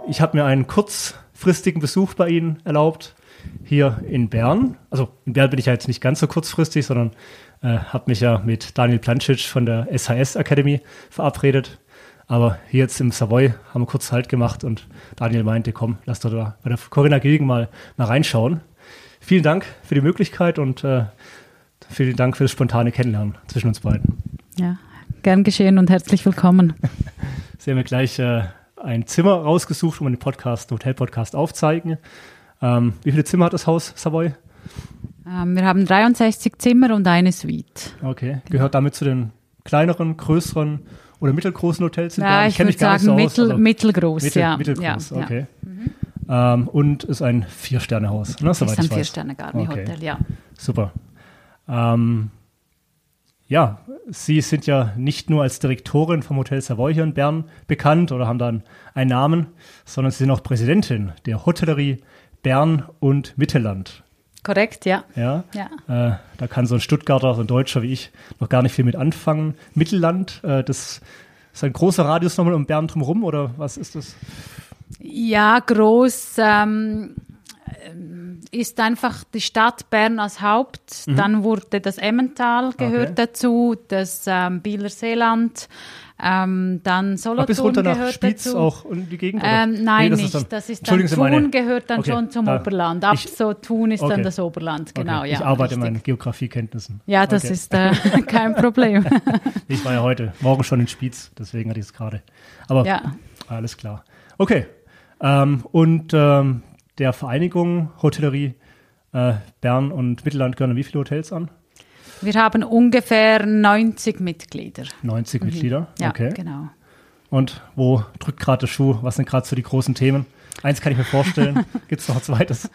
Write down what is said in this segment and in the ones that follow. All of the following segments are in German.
Ich habe mir einen kurzfristigen Besuch bei Ihnen erlaubt, hier in Bern. Also in Bern bin ich ja jetzt nicht ganz so kurzfristig, sondern habe mich ja mit Daniel Plancic von der SHS Academy verabredet. Aber hier jetzt im Savoy haben wir kurz Halt gemacht und Daniel meinte, komm, lass doch da bei der Corinna Gilgen mal reinschauen. Vielen Dank für die Möglichkeit und vielen Dank für das spontane Kennenlernen zwischen uns beiden. Ja, gern geschehen und herzlich willkommen. Sie haben mir gleich ein Zimmer rausgesucht, wo wir den Hotel-Podcast aufzeigen. Wie viele Zimmer hat das Haus Savoy? Wir haben 63 Zimmer und eine Suite. Okay, gehört damit zu den kleineren, größeren oder mittelgroßen Hotels? Ja, ich würde sagen mittelgroß. Mittelgroß, ja. Okay. Und ist ein 4-Sterne-Haus, ne, soweit ich weiß. Ist ein 4-Sterne-Garni-Hotel, ja. Super. Ja, Sie sind ja nicht nur als Direktorin vom Hotel Savoy hier in Bern bekannt oder haben dann einen Namen, sondern Sie sind auch Präsidentin der Hotellerie Bern und Mittelland. Korrekt, ja. Da kann so ein Stuttgarter, so ein Deutscher wie ich, noch gar nicht viel mit anfangen. Mittelland, das ist ein großer Radius nochmal um Bern drumherum, oder was ist das? Ja, groß ist einfach die Stadt Bern als Haupt. Dann wurde das Emmental gehört dazu, das Bieler Seeland, dann Solothurn bis runter nach gehört Spitz dazu. Auch in die Gegend? Nein, nicht. Das ist dann Thun gehört dann schon zum Oberland. Thun ist dann das Oberland, genau. Okay. Ja, ich arbeite in meinen Geografiekenntnissen. Ja, das ist kein Problem. Ich war ja morgen schon in Spitz, deswegen hatte ich es gerade. Aber alles klar. Okay. Der Vereinigung Hotellerie Bern und Mittelland gehören wie viele Hotels an? Wir haben ungefähr 90 Mitglieder. 90 Mitglieder? Ja, okay. Genau. Und wo drückt gerade der Schuh? Was sind gerade so die großen Themen? Eins kann ich mir vorstellen. Gibt es noch ein zweites?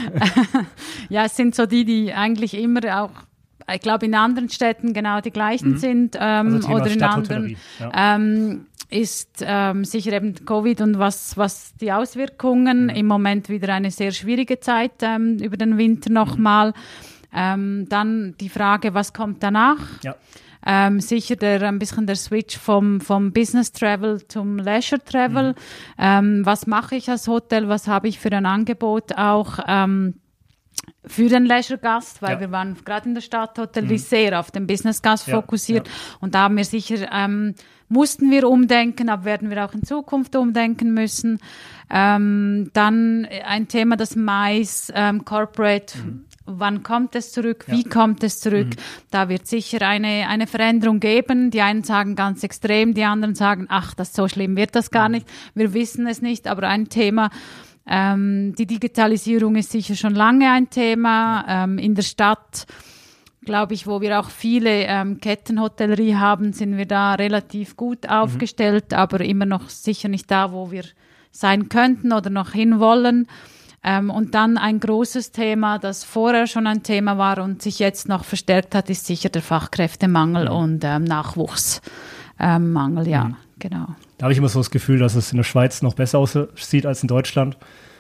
Ja, es sind so die eigentlich immer auch, ich glaube, in anderen Städten genau die gleichen sind. Also oder in anderen. Ja. Ist sicher eben Covid und was die Auswirkungen. Im Moment wieder eine sehr schwierige Zeit über den Winter nochmal. Dann die Frage, was kommt danach? Ja. Sicher ein bisschen der Switch vom Business Travel zum Leisure Travel. Was mache ich als Hotel? Was habe ich für ein Angebot auch für den Leisure-Gast? Weil wir waren gerade in der Stadthotellerie sehr auf den Business-Gast fokussiert. Und da haben wir sicher, mussten wir umdenken, aber werden wir auch in Zukunft umdenken müssen. Dann ein Thema, das Mais, Corporate. Wann kommt es zurück? Wie kommt es zurück? Da wird sicher eine Veränderung geben. Die einen sagen ganz extrem, die anderen sagen, ach, so schlimm wird das gar nicht. Wir wissen es nicht, aber ein Thema. Die Digitalisierung ist sicher schon lange ein Thema. In der Stadt, glaube ich, wo wir auch viele Kettenhotellerie haben, sind wir da relativ gut aufgestellt, aber immer noch sicher nicht da, wo wir sein könnten oder noch hinwollen. Und dann ein großes Thema, das vorher schon ein Thema war und sich jetzt noch verstärkt hat, ist sicher der Fachkräftemangel und Nachwuchsmangel, genau. Da habe ich immer so das Gefühl, dass es in der Schweiz noch besser aussieht als in Deutschland.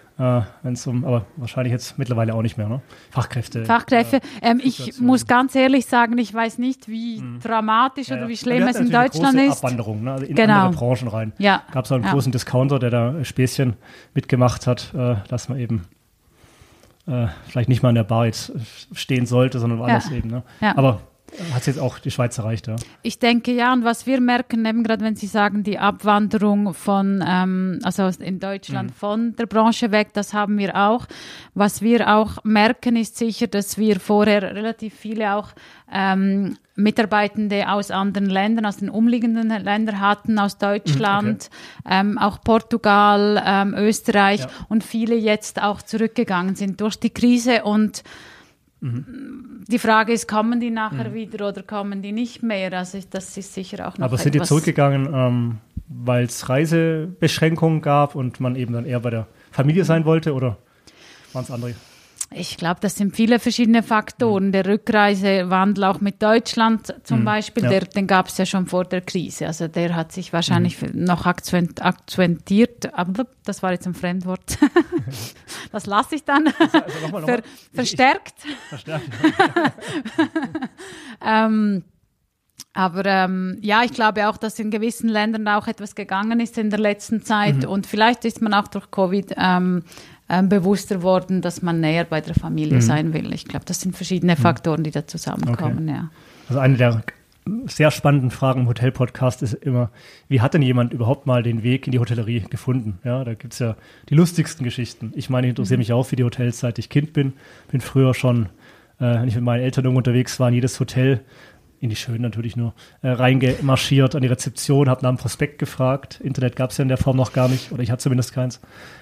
Aber wahrscheinlich jetzt mittlerweile auch nicht mehr, ne? Fachkräfte. Ich muss ganz ehrlich sagen, ich weiß nicht, wie dramatisch oder wie schlimm es in Deutschland ist. Abwanderung, ne? Also in andere Branchen rein. Ja. Gab es einen großen Discounter, der da Späßchen mitgemacht hat, dass man eben vielleicht nicht mal in der Bar jetzt stehen sollte, sondern woanders eben. Ne? Ja. Aber hat es jetzt auch die Schweiz erreicht, ja? Ich denke, ja. Und was wir merken, eben gerade wenn Sie sagen, die Abwanderung von, also in Deutschland von der Branche weg, das haben wir auch. Was wir auch merken, ist sicher, dass wir vorher relativ viele auch Mitarbeitende aus anderen Ländern, aus den umliegenden Ländern hatten, aus Deutschland, auch Portugal, Österreich und viele jetzt auch zurückgegangen sind durch die Krise und die Frage ist, kommen die nachher wieder oder kommen die nicht mehr? Also das ist sicher auch noch Aber sind die zurückgegangen, weil es Reisebeschränkungen gab und man eben dann eher bei der Familie sein wollte oder waren es andere? Ich glaube, das sind viele verschiedene Faktoren. Der Rückreisewandel auch mit Deutschland zum Beispiel, den gab es ja schon vor der Krise. Also der hat sich wahrscheinlich noch akzentuiert. Aber das war jetzt ein Fremdwort. Das lasse ich dann. Also verstärkt. Aber ich glaube auch, dass in gewissen Ländern auch etwas gegangen ist in der letzten Zeit und vielleicht ist man auch durch Covid bewusster worden, dass man näher bei der Familie sein will. Ich glaube, das sind verschiedene Faktoren, die da zusammenkommen. Okay. Ja. Also eine der sehr spannenden Fragen im Hotel-Podcast ist immer, wie hat denn jemand überhaupt mal den Weg in die Hotellerie gefunden? Ja, da gibt es ja die lustigsten Geschichten. Ich meine, ich interessiere mich auch für die Hotels, seit ich Kind bin. Bin früher schon, wenn ich mit meinen Eltern irgendwo unterwegs war, in jedes Hotel, in die schönen natürlich nur, reingemarschiert an die Rezeption, habe nach einem Prospekt gefragt. Internet gab es ja in der Form noch gar nicht, oder ich hatte zumindest keins.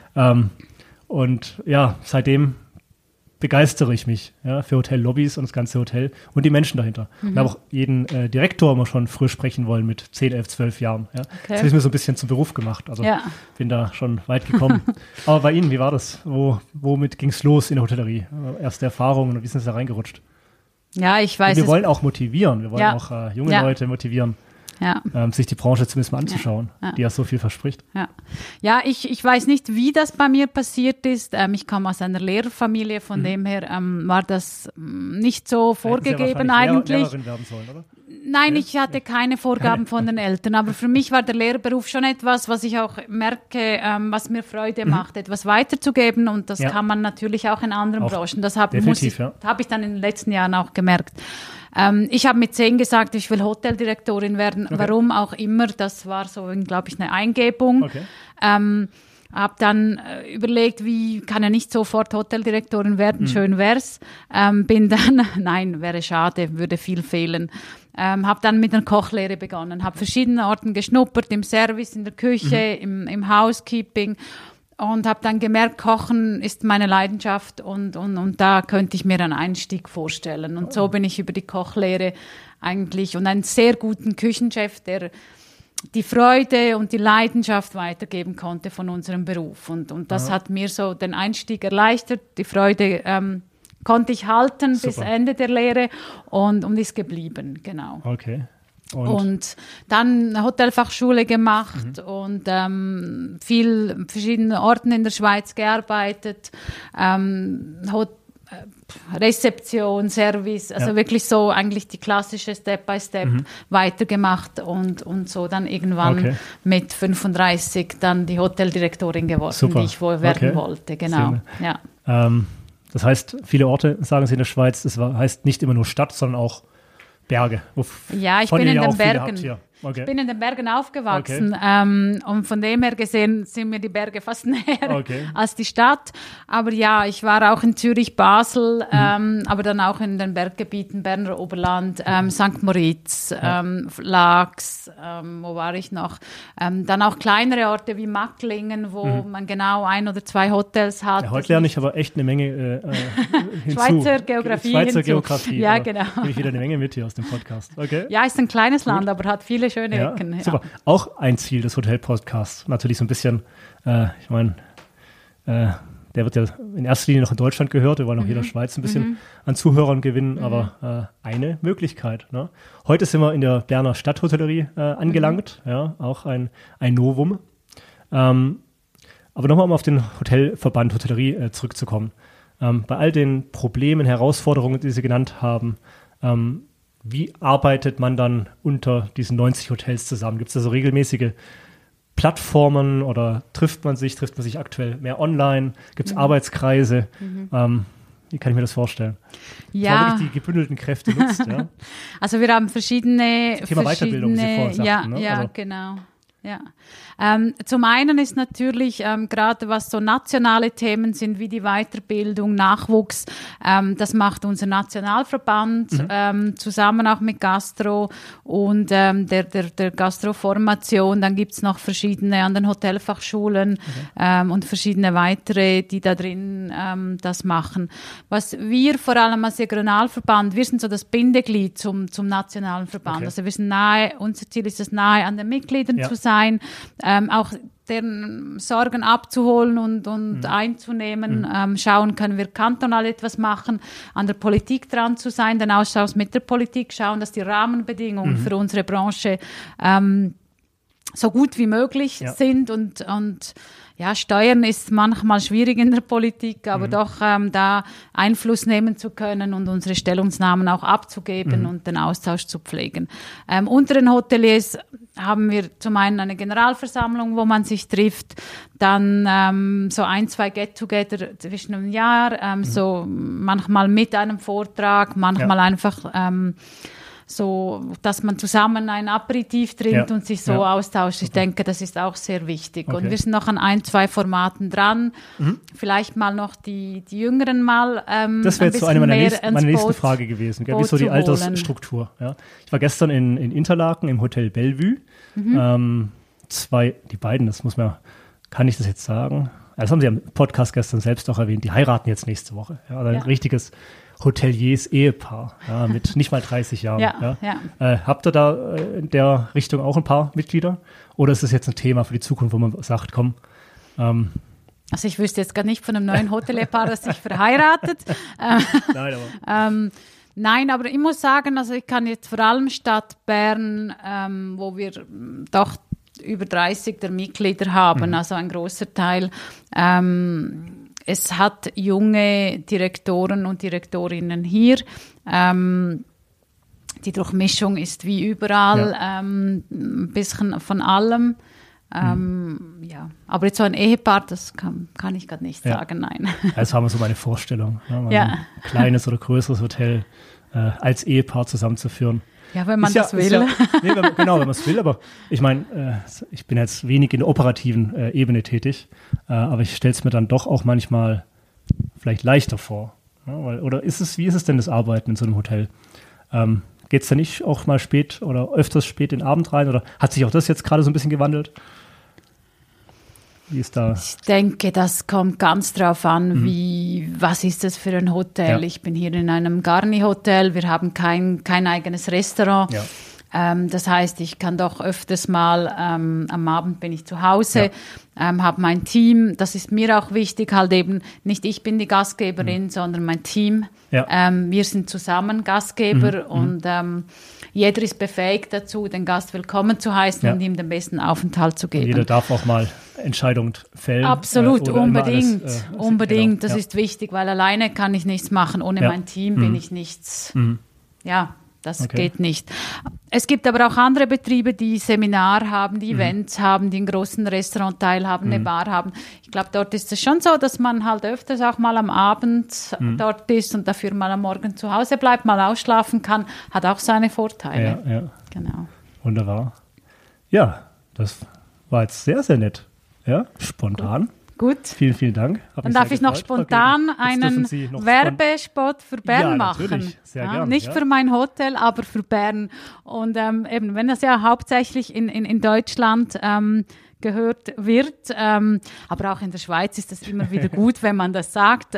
Und ja, seitdem begeistere ich mich für Hotellobbys und das ganze Hotel und die Menschen dahinter. Und habe auch jeden Direktor immer schon früh sprechen wollen mit 10, 11, 12 Jahren. Ja. Okay. Das habe ich mir so ein bisschen zum Beruf gemacht. Also bin da schon weit gekommen. Aber bei Ihnen, wie war das? Womit ging es los in der Hotellerie? Erste Erfahrungen und wie sind Sie da reingerutscht? Ja, ich weiß. Und wir wollen auch motivieren. Wir wollen auch junge Leute motivieren. Sich die Branche zumindest mal anzuschauen, die ja so viel verspricht. Ja, ich weiß nicht, wie das bei mir passiert ist. Ich komme aus einer Lehrerfamilie, von dem her war das nicht so vorgegeben eigentlich. Lehrerin werden sollen, oder? Nein, ich hatte keine Vorgaben von den Eltern, aber für mich war der Lehrberuf schon etwas, was ich auch merke, was mir Freude macht, etwas weiterzugeben und das kann man natürlich auch in anderen Branchen. Das habe ich dann in den letzten Jahren auch gemerkt. Ich habe mit 10 gesagt, ich will Hoteldirektorin werden, warum auch immer, das war so, glaube ich, eine Eingebung. Okay. Habe dann überlegt, wie kann er nicht sofort Hoteldirektorin werden, schön wär's. Bin dann, nein, wäre schade, würde viel fehlen. Habe dann mit einer Kochlehre begonnen, habe verschiedene Orten geschnuppert, im Service, in der Küche, im Housekeeping und habe dann gemerkt, Kochen ist meine Leidenschaft und da könnte ich mir einen Einstieg vorstellen. Und so bin ich über die Kochlehre eigentlich und einen sehr guten Küchenchef, der die Freude und die Leidenschaft weitergeben konnte von unserem Beruf. Und das hat mir so den Einstieg erleichtert. Die Freude konnte ich halten bis Ende der Lehre und ist geblieben, genau. Okay. Und dann eine Hotelfachschule gemacht und viel verschiedene Orten in der Schweiz gearbeitet, Rezeption, Service, also wirklich so eigentlich die klassische Step-by-Step weitergemacht und so dann irgendwann mit 35 dann die Hoteldirektorin geworden, die ich wohl werden wollte, genau. Das heißt, viele Orte, sagen Sie in der Schweiz, das heißt nicht immer nur Stadt, sondern auch Berge. Ja, ich bin in den Bergen. Ich bin in den Bergen aufgewachsen und von dem her gesehen sind mir die Berge fast näher als die Stadt. Aber ja, ich war auch in Zürich, Basel, aber dann auch in den Berggebieten, Berner Oberland, St. Moritz, Laax, wo war ich noch? Dann auch kleinere Orte wie Macklingen, wo man genau 1 oder 2 Hotels hat. Ja, heute lerne ich aber echt eine Menge hinzu. Schweizer Geografie. Ja, genau. Nehme ich wieder eine Menge mit hier aus dem Podcast. Okay. Ja, ist ein kleines Land, aber hat viele schöne Ecken. Ja. Super. Auch ein Ziel des Hotel-Podcasts. Natürlich so ein bisschen, ich meine, der wird ja in erster Linie noch in Deutschland gehört. Wir wollen auch hier in der Schweiz ein bisschen an Zuhörern gewinnen, aber eine Möglichkeit. Ne? Heute sind wir in der Berner Stadthotellerie angelangt. Ja, auch ein Novum. Aber nochmal, um auf den Hotelverband Hotellerie zurückzukommen. Bei all den Problemen, Herausforderungen, die Sie genannt haben, wie arbeitet man dann unter diesen 90 Hotels zusammen? Gibt es da so regelmäßige Plattformen oder trifft man sich aktuell mehr online? Gibt es Arbeitskreise? Wie kann ich mir das vorstellen? Ja. Dass man wirklich die gebündelten Kräfte nutzt. Ja? Also wir haben verschiedene Weiterbildung, wie Sie vorhin sagten. Ja, also, genau. Ja. Zum einen ist natürlich gerade was so nationale Themen sind wie die Weiterbildung, Nachwuchs, das macht unser Nationalverband zusammen auch mit Gastro und der Gastroformation. Dann gibt's noch verschiedene an den Hotelfachschulen und verschiedene weitere, die da drin das machen. Was wir vor allem als Regionalverband, wir sind so das Bindeglied zum nationalen Verband. Also wir sind unser Ziel ist es, nahe an den Mitgliedern zu sein, auch deren Sorgen abzuholen und einzunehmen. Schauen, können wir kantonal etwas machen, an der Politik dran zu sein, den Austausch mit der Politik, schauen, dass die Rahmenbedingungen für unsere Branche so gut wie möglich sind und ja, Steuern ist manchmal schwierig in der Politik, aber doch da Einfluss nehmen zu können und unsere Stellungnahmen auch abzugeben und den Austausch zu pflegen. Unter den Hoteliers haben wir zum einen eine Generalversammlung, wo man sich trifft, dann so 1-2 Get-Together zwischen einem Jahr, so manchmal mit einem Vortrag, manchmal einfach so, dass man zusammen ein Aperitif trinkt und sich so austauscht. Ich denke, das ist auch sehr wichtig. Okay. Und wir sind noch an 1-2 Formaten dran. Vielleicht mal noch die Jüngeren mal das wäre jetzt so eine meiner nächsten Frage gewesen. Wie so die Altersstruktur. Ja. Ich war gestern in Interlaken im Hotel Bellevue. Die beiden, kann ich das jetzt sagen? Das haben Sie im Podcast gestern selbst auch erwähnt. Die heiraten jetzt nächste Woche. Ja, ein richtiges Hoteliers-Ehepaar, mit nicht mal 30 Jahren. Habt ihr da in der Richtung auch ein paar Mitglieder? Oder ist das jetzt ein Thema für die Zukunft, wo man sagt, komm. Also ich wüsste jetzt gar nicht von einem neuen Hotelier-Paar, das sich verheiratet. Nein, aber ich muss sagen, also ich kann jetzt vor allem Stadt Bern, wo wir doch über 30 der Mitglieder haben, also ein großer Teil. Es hat junge Direktoren und Direktorinnen hier. Die Durchmischung ist wie überall, ein bisschen von allem. Aber jetzt so ein Ehepaar, das kann ich gerade nicht sagen, nein. Das haben wir so meine Vorstellung. Ein kleines oder größeres Hotel als Ehepaar zusammenzuführen. Ja, wenn man das will. Wenn man es will. Aber ich meine, ich bin jetzt wenig in der operativen Ebene tätig, aber ich stelle es mir dann doch auch manchmal vielleicht leichter vor. Ja, wie ist es denn das Arbeiten in so einem Hotel? Geht es da nicht auch mal spät oder öfters spät in den Abend rein? Oder hat sich auch das jetzt gerade so ein bisschen gewandelt? Wie ist da? Ich denke, das kommt ganz drauf an, was ist das für ein Hotel? Ja. Ich bin hier in einem Garni-Hotel, wir haben kein eigenes Restaurant. Ja. Das heißt, ich kann doch öfters mal, am Abend bin ich zu Hause, habe mein Team, das ist mir auch wichtig, halt eben nicht ich bin die Gastgeberin, sondern mein Team. Ja. Wir sind zusammen Gastgeber und jeder ist befähigt dazu, den Gast willkommen zu heißen und ihm den besten Aufenthalt zu geben. Und jeder darf auch mal Entscheidungen fällen. Absolut, unbedingt. Unbedingt, genau. Das ist wichtig, weil alleine kann ich nichts machen, ohne mein Team bin ich nichts. Das geht nicht. Es gibt aber auch andere Betriebe, die Seminar haben, die Events haben, die einen großen Restaurantteil haben, eine Bar haben. Ich glaube, dort ist es schon so, dass man halt öfters auch mal am Abend dort ist und dafür mal am Morgen zu Hause bleibt, mal ausschlafen kann. Hat auch seine Vorteile. Ja. Genau. Wunderbar. Ja, das war jetzt sehr, sehr nett. Ja, spontan. Gut. Vielen, vielen Dank. Dann darf ich noch spontan einen Werbespot für Bern machen. Natürlich. Sehr gerne. Nicht für mein Hotel, aber für Bern. Und eben, wenn das ja hauptsächlich in Deutschland gehört wird, aber auch in der Schweiz ist das immer wieder gut, wenn man das sagt.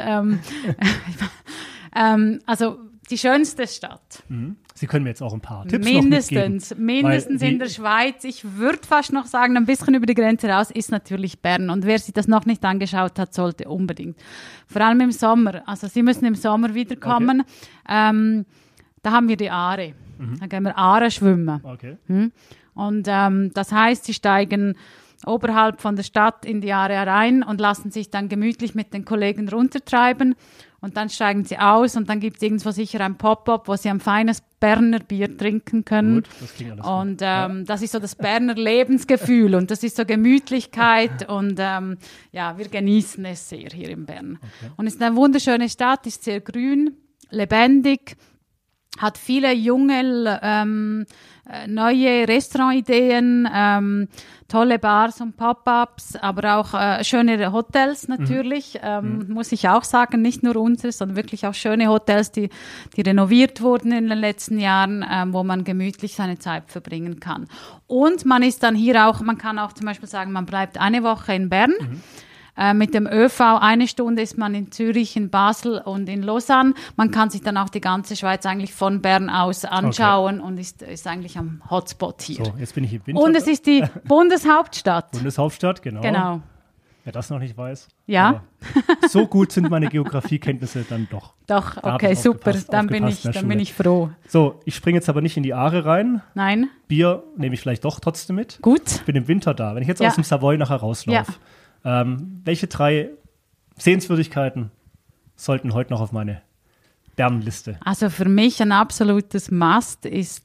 Also die schönste Stadt. Sie können mir jetzt auch ein paar Tipps noch mitgeben. Mindestens in der Schweiz. Ich würde fast noch sagen, ein bisschen über die Grenze raus ist natürlich Bern. Und wer sich das noch nicht angeschaut hat, sollte unbedingt. Vor allem im Sommer. Also Sie müssen im Sommer wiederkommen. Okay. Da haben wir die Aare. Da gehen wir Aare schwimmen. Okay. Und das heißt, Sie steigen oberhalb von der Stadt in die Aare rein und lassen sich dann gemütlich mit den Kollegen runtertreiben. Und dann steigen sie aus und dann gibt es irgendwo sicher ein Pop-up, wo sie ein feines Berner Bier trinken können. Gut, das klingt alles und das ist so das Berner Lebensgefühl und das ist so Gemütlichkeit und wir genießen es sehr hier in Bern. Okay. Und es ist eine wunderschöne Stadt, ist sehr grün, lebendig, hat viele junge, neue Restaurantideen, tolle Bars und Pop-ups, aber auch schöne Hotels natürlich, muss ich auch sagen, nicht nur unsere, sondern wirklich auch schöne Hotels, die renoviert wurden in den letzten Jahren, wo man gemütlich seine Zeit verbringen kann. Und man ist dann hier auch, man kann auch zum Beispiel sagen, man bleibt eine Woche in Bern. Mit dem ÖV 1 Stunde ist man in Zürich, in Basel und in Lausanne. Man kann sich dann auch die ganze Schweiz eigentlich von Bern aus anschauen und ist eigentlich am Hotspot hier. So, jetzt bin ich im Winter. Und es ist die Bundeshauptstadt. Bundeshauptstadt, genau. Wer das noch nicht weiß. Ja. So gut sind meine Geografiekenntnisse dann doch. Doch, okay, super. Dann bin ich froh. So, ich springe jetzt aber nicht in die Aare rein. Nein. Bier nehme ich vielleicht doch trotzdem mit. Gut. Ich bin im Winter da. Wenn ich jetzt aus dem Savoy nachher rauslaufe, Welche 3 Sehenswürdigkeiten sollten heute noch auf meine Bernliste? Also für mich ein absolutes Must ist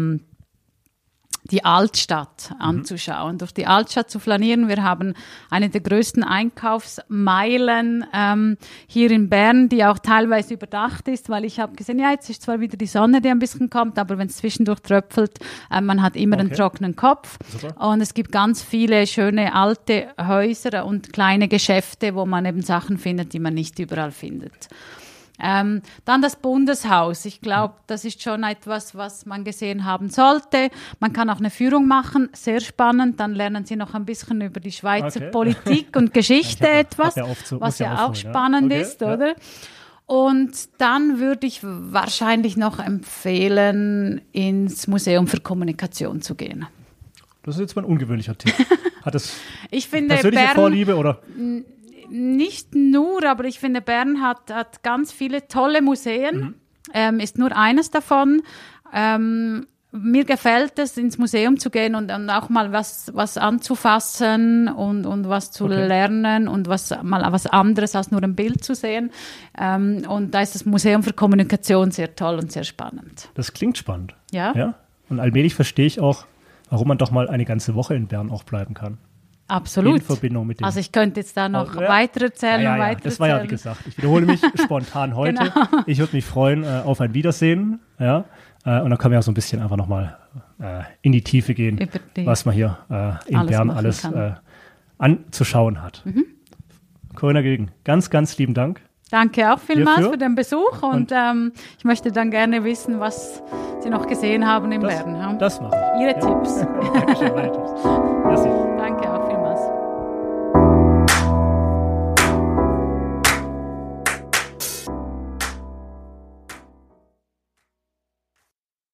die Altstadt anzuschauen, durch die Altstadt zu flanieren. Wir haben eine der größten Einkaufsmeilen hier in Bern, die auch teilweise überdacht ist, weil ich habe gesehen, ja, jetzt ist zwar wieder die Sonne, die ein bisschen kommt, aber wenn es zwischendurch tröpfelt, man hat immer einen trockenen Kopf. Super. Und es gibt ganz viele schöne alte Häuser und kleine Geschäfte, wo man eben Sachen findet, die man nicht überall findet. Dann das Bundeshaus. Ich glaube, das ist schon etwas, was man gesehen haben sollte. Man kann auch eine Führung machen, sehr spannend. Dann lernen Sie noch ein bisschen über die Schweizer Politik und Geschichte etwas, was ja auch spannend ist, oder? Und dann würde ich wahrscheinlich noch empfehlen, ins Museum für Kommunikation zu gehen. Das ist jetzt mal ein ungewöhnlicher Tipp. Hat das ich finde, persönliche Bern, Vorliebe, oder? Nicht nur, aber ich finde, Bern hat ganz viele tolle Museen, ist nur eines davon. Mir gefällt es, ins Museum zu gehen und auch mal was anzufassen und was zu lernen und mal was anderes als nur ein Bild zu sehen. Und da ist das Museum für Kommunikation sehr toll und sehr spannend. Das klingt spannend. Ja. Und allmählich verstehe ich auch, warum man doch mal eine ganze Woche in Bern auch bleiben kann. Absolut. In Verbindung mit dem. Also ich könnte jetzt da noch weiter erzählen und weiter das war ja, wie gesagt, ich wiederhole mich spontan heute. Genau. Ich würde mich freuen auf ein Wiedersehen. Ja? Und dann können wir auch so ein bisschen einfach nochmal in die Tiefe gehen, was man hier in Bern alles anzuschauen hat. Corinna Gilgen, ganz, ganz lieben Dank. Danke auch vielmals für den Besuch und ich möchte dann gerne wissen, was Sie noch gesehen haben in Bern. Ja? Das mache ich. Ihre Tipps. Dankeschön, meine Tipps.